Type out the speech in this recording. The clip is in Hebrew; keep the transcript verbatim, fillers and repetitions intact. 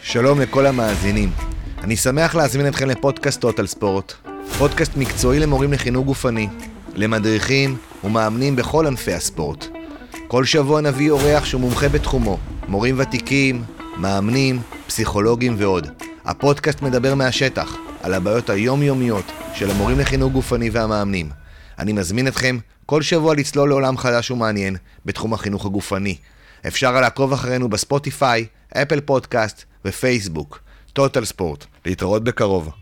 שלום לכל המאזינים. אני שמח להזמין אתכם לפודקאסט טוטל ספורט, פודקאסט מקצועי למורים לחינוך גופני, למדריכים ומאמנים בכל ענפי הספורט. כל שבוע נביא אורח שהוא מומחה בתחומו, מורים ותיקים, מאמנים, פסיכולוגים ועוד. הפודקאסט מדבר מהשטח על הבעיות היומיומיות של המורים לחינוך גופני והמאמנים. אני מזמין אתכם כל שבוע לצלול לעולם חדש ומעניין בתחום החינוך הגופני. אפשר לעקוב אחרינו בספוטיפיי, אפל פודקאסט ופייסבוק. טוטל ספורט. להתראות בקרוב.